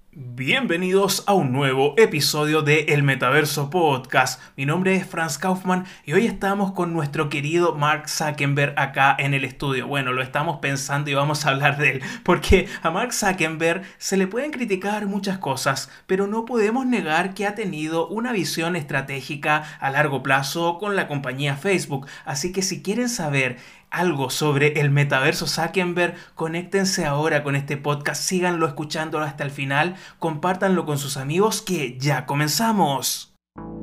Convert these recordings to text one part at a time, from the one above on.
Bienvenidos a un nuevo episodio de El Metaverso Podcast. Mi nombre es Franz Kaufmann y hoy estamos con nuestro querido Mark Zuckerberg acá en el estudio. Bueno, lo estamos pensando y vamos a hablar de él, porque a Mark Zuckerberg se le pueden criticar muchas cosas, pero no podemos negar que ha tenido una visión estratégica a largo plazo con la compañía Facebook. Así que si quieren saber algo sobre el metaverso Zuckerberg, conéctense ahora con este podcast, síganlo escuchándolo hasta el final, compártanlo con sus amigos que ya comenzamos.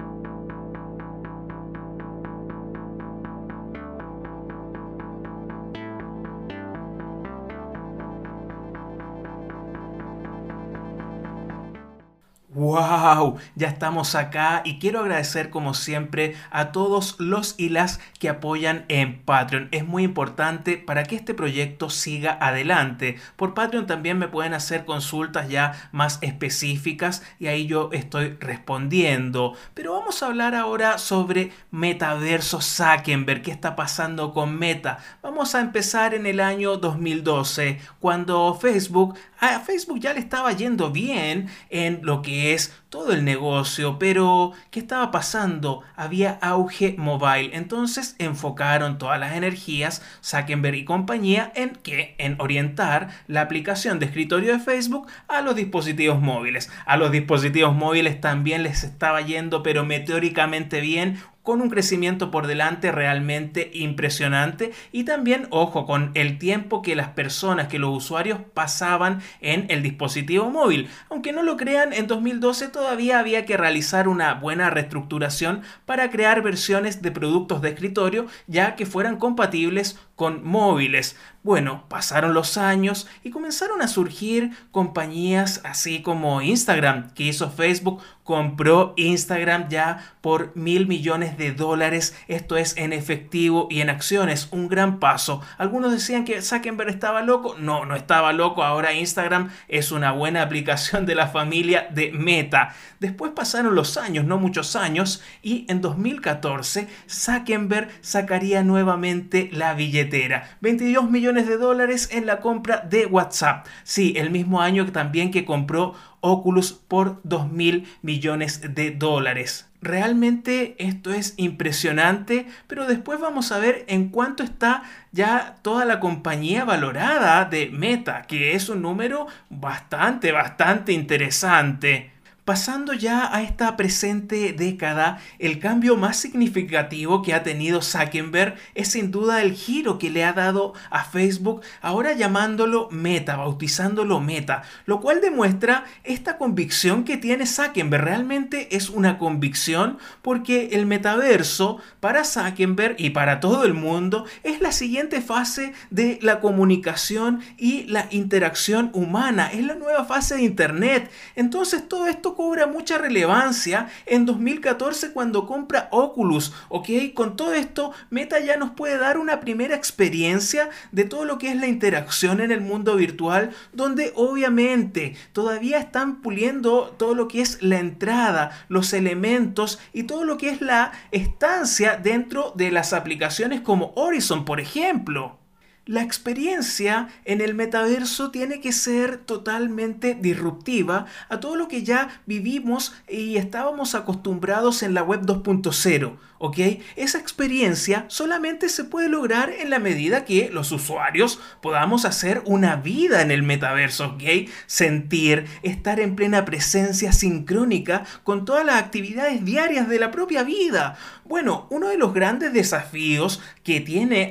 ¡Wow! Ya estamos acá y quiero agradecer como siempre a todos los y las que apoyan en Patreon. Es muy importante para que este proyecto siga adelante. Por Patreon también me pueden hacer consultas ya más específicas y ahí yo estoy respondiendo. Pero vamos a hablar ahora sobre Metaverso Zuckerberg. ¿Qué está pasando con Meta? Vamos a empezar en el año 2012, cuando a Facebook ya le estaba yendo bien en lo que es todo el negocio, pero ¿qué estaba pasando? Había auge mobile, entonces enfocaron todas las energías Zuckerberg y compañía en orientar la aplicación de escritorio de Facebook a los dispositivos móviles. A los dispositivos móviles también les estaba yendo, pero meteóricamente bien, con un crecimiento por delante realmente impresionante y también, ojo, con el tiempo que las personas, que los usuarios pasaban en el dispositivo móvil. Aunque no lo crean, en 2012 todavía había que realizar una buena reestructuración para crear versiones de productos de escritorio ya que fueran compatibles con móviles. Bueno, pasaron los años y comenzaron a surgir compañías así como Instagram, que hizo Facebook, compró Instagram ya por $1.000 millones. Esto es en efectivo y en acciones, un gran paso. Algunos decían que Zuckerberg estaba loco. No, no estaba loco. Ahora Instagram es una buena aplicación de la familia de Meta. Después pasaron los años, no muchos años, y en 2014 Zuckerberg sacaría nuevamente la billetera. $22 millones en la compra de WhatsApp. Sí, el mismo año también que compró Oculus por $2.000 millones. Realmente esto es impresionante, pero después vamos a ver en cuánto está ya toda la compañía valorada de Meta, que es un número bastante interesante. Pasando ya a esta presente década, el cambio más significativo que ha tenido Zuckerberg es sin duda el giro que le ha dado a Facebook, ahora llamándolo Meta, bautizándolo Meta, lo cual demuestra esta convicción que tiene Zuckerberg. Realmente es una convicción porque el metaverso para Zuckerberg y para todo el mundo es la siguiente fase de la comunicación y la interacción humana, es la nueva fase de Internet. Entonces todo esto cobra mucha relevancia en 2014 cuando compra Oculus, ¿ok? Con todo esto, Meta ya nos puede dar una primera experiencia de todo lo que es la interacción en el mundo virtual, donde obviamente todavía están puliendo todo lo que es la entrada, los elementos y todo lo que es la estancia dentro de las aplicaciones como Horizon, por ejemplo. La experiencia en el metaverso tiene que ser totalmente disruptiva a todo lo que ya vivimos y estábamos acostumbrados en la web 2.0, ¿ok? Esa experiencia solamente se puede lograr en la medida que los usuarios podamos hacer una vida en el metaverso, ¿ok? Sentir, estar en plena presencia sincrónica con todas las actividades diarias de la propia vida. Bueno, uno de los grandes desafíos que tiene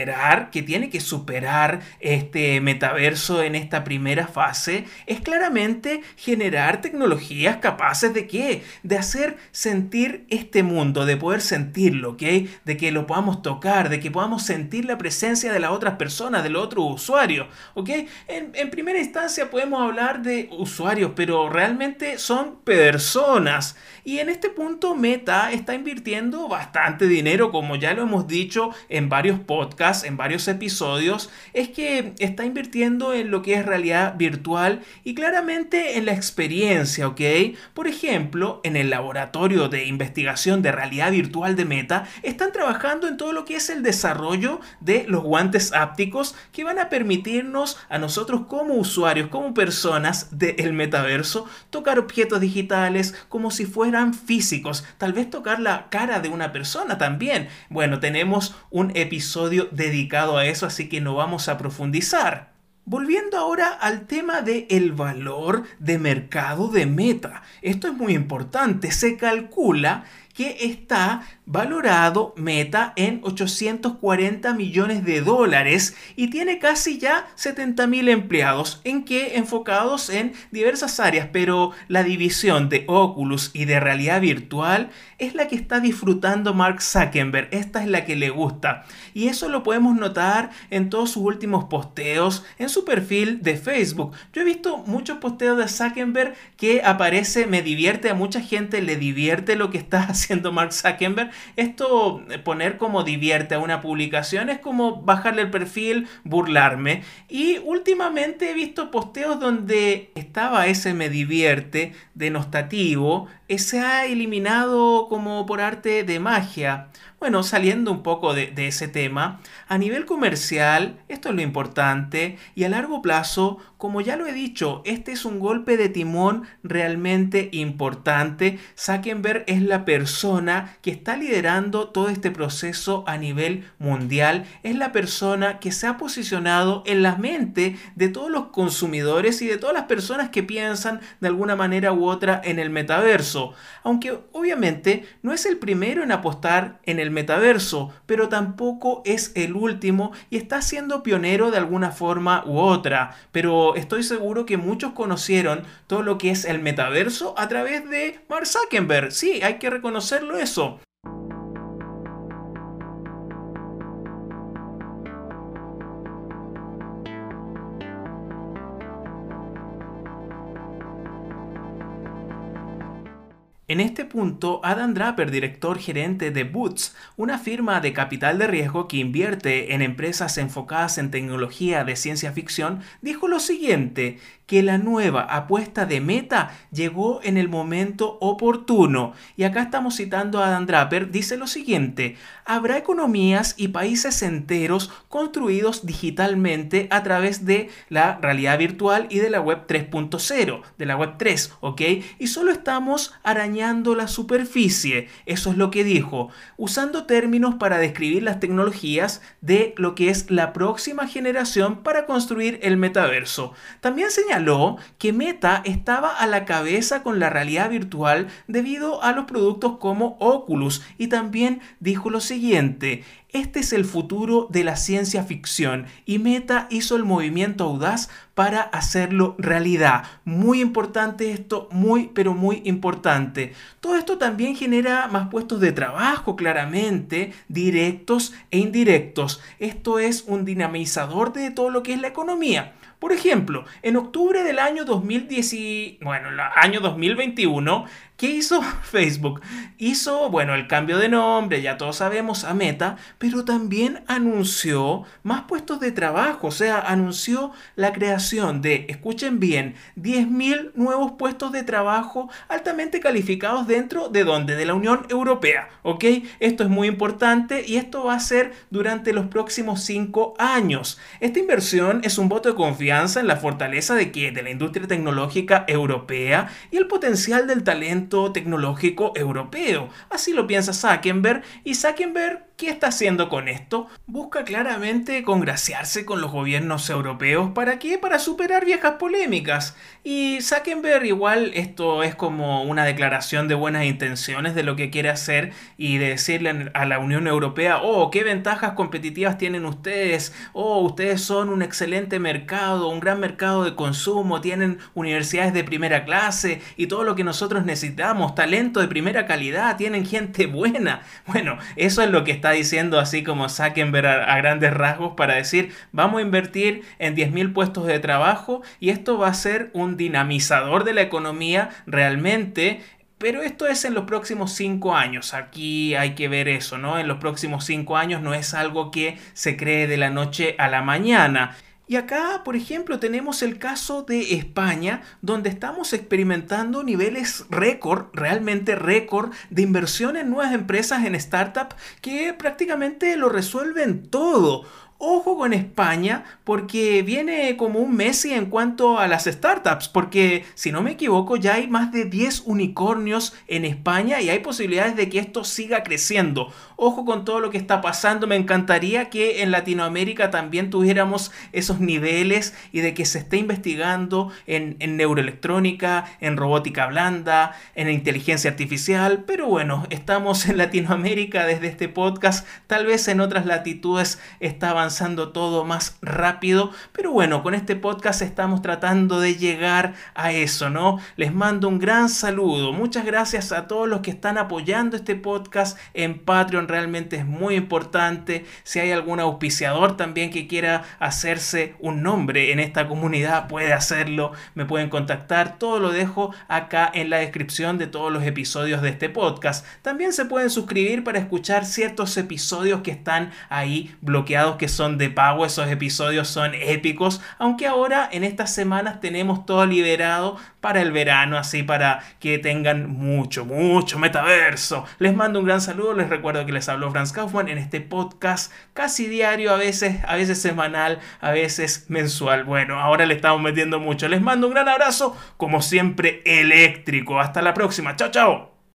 que superar este metaverso en esta primera fase es claramente generar tecnologías capaces de ¿qué? De hacer sentir este mundo, de poder sentirlo, ¿ok? De que lo podamos tocar, de que podamos sentir la presencia de las otras personas, de los otros usuarios, ¿ok? En primera instancia podemos hablar de usuarios, pero realmente son personas. Y en este punto Meta está invirtiendo bastante dinero, como ya lo hemos dicho en varios podcasts, en varios episodios, es que está invirtiendo en lo que es realidad virtual y claramente en la experiencia, ¿ok? Por ejemplo, en el laboratorio de investigación de realidad virtual virtual de Meta están trabajando en todo lo que es el desarrollo de los guantes ápticos que van a permitirnos a nosotros como usuarios, como personas del metaverso, tocar objetos digitales como si fueran físicos, tal vez tocar la cara de una persona también. Bueno, tenemos un episodio dedicado a eso, así que no vamos a profundizar. Volviendo ahora al tema del valor de mercado de Meta. Esto es muy importante. Se calcula que está valorado Meta en 840 millones de dólares y tiene casi ya 70.000 empleados, en que enfocados en diversas áreas, pero la división de Oculus y de realidad virtual es la que está disfrutando Mark Zuckerberg. Esta es la que le gusta y eso lo podemos notar en todos sus últimos posteos en su perfil de Facebook. Yo he visto muchos posteos de Zuckerberg que aparece, me divierte, a mucha gente le divierte lo que está haciendo Mark Zuckerberg. Esto, poner como divierte a una publicación, es como bajarle el perfil, burlarme. Y últimamente he visto posteos donde estaba ese me divierte denostativo, se ha eliminado como por arte de magia. Bueno, saliendo un poco de ese tema, a nivel comercial, esto es lo importante, y a largo plazo, como ya lo he dicho, este es un golpe de timón realmente importante. Zuckerberg es la persona que está liderando todo este proceso a nivel mundial, es la persona que se ha posicionado en la mente de todos los consumidores y de todas las personas que piensan de alguna manera u otra en el metaverso. Aunque obviamente no es el primero en apostar en el metaverso, pero tampoco es el último y está siendo pionero de alguna forma u otra. Pero estoy seguro que muchos conocieron todo lo que es el metaverso a través de Mark Zuckerberg. Sí, hay que reconocerlo eso. En este punto, Adam Draper, director gerente de Boots, una firma de capital de riesgo que invierte en empresas enfocadas en tecnología de ciencia ficción, dijo lo siguiente, que la nueva apuesta de Meta llegó en el momento oportuno. Y acá estamos citando a Adam Draper, dice lo siguiente, habrá economías y países enteros construidos digitalmente a través de la realidad virtual y de la web 3.0, de la web 3, ¿ok? Y solo estamos arañando la superficie, eso es lo que dijo, usando términos para describir las tecnologías de lo que es la próxima generación para construir el metaverso. También señaló que Meta estaba a la cabeza con la realidad virtual debido a los productos como Oculus y también dijo lo siguiente, este es el futuro de la ciencia ficción y Meta hizo el movimiento audaz para hacerlo realidad. Muy importante esto, muy pero muy importante. Todo esto también genera más puestos de trabajo, claramente, directos e indirectos. Esto es un dinamizador de todo lo que es la economía. Por ejemplo, en octubre del año 2021, ¿qué hizo Facebook? Hizo, el cambio de nombre, ya todos sabemos, a Meta, pero también anunció más puestos de trabajo, o sea, anunció la creación de, escuchen bien, 10.000 nuevos puestos de trabajo altamente calificados dentro de ¿dónde? De la Unión Europea, ¿ok? Esto es muy importante y esto va a ser durante los próximos 5 años. Esta inversión es un voto de confianza en la fortaleza de la industria tecnológica europea y el potencial del talento tecnológico europeo. Así lo piensa Zuckerberg y Zuckerberg, ¿qué está haciendo con esto? Busca claramente congraciarse con los gobiernos europeos. ¿Para qué? Para superar viejas polémicas. Y Zuckerberg igual esto es como una declaración de buenas intenciones de lo que quiere hacer y de decirle a la Unión Europea, oh, qué ventajas competitivas tienen ustedes, oh, ustedes son un excelente mercado, un gran mercado de consumo, tienen universidades de primera clase y todo lo que nosotros necesitamos, talento de primera calidad, tienen gente buena. Bueno, eso es lo que está diciendo así como Zuckerberg a grandes rasgos para decir, vamos a invertir en 10.000 puestos de trabajo y esto va a ser un dinamizador de la economía realmente. Pero esto es en los próximos 5 años. Aquí hay que ver eso, ¿no? En los próximos 5 años no es algo que se cree de la noche a la mañana. Y acá, por ejemplo, tenemos el caso de España, donde estamos experimentando niveles récord, realmente récord, de inversión en nuevas empresas, en startups, que prácticamente lo resuelven todo. Ojo con España porque viene como un Messi en cuanto a las startups, porque si no me equivoco ya hay más de 10 unicornios en España y hay posibilidades de que esto siga creciendo. Ojo con todo lo que está pasando, me encantaría que en Latinoamérica también tuviéramos esos niveles y de que se esté investigando en neuroelectrónica, en robótica blanda, en inteligencia artificial, pero bueno, estamos en Latinoamérica desde este podcast, tal vez en otras latitudes está avanzando todo más rápido, pero bueno, con este podcast estamos tratando de llegar a eso, ¿no? Les mando un gran saludo, muchas gracias a todos los que están apoyando este podcast en Patreon, realmente es muy importante. Si hay algún auspiciador también que quiera hacerse un nombre en esta comunidad, puede hacerlo, me pueden contactar, todo lo dejo acá en la descripción de todos los episodios de este podcast. También se pueden suscribir para escuchar ciertos episodios que están ahí bloqueados, que son de pago. Esos episodios son épicos, aunque ahora en estas semanas tenemos todo liberado para el verano, así para que tengan mucho metaverso. Les mando un gran saludo, les recuerdo que les habló Franz Kaufmann en este podcast casi diario, a veces semanal, a veces mensual. Bueno, ahora le estamos metiendo mucho. Les mando un gran abrazo, como siempre eléctrico. Hasta la próxima, chao chao.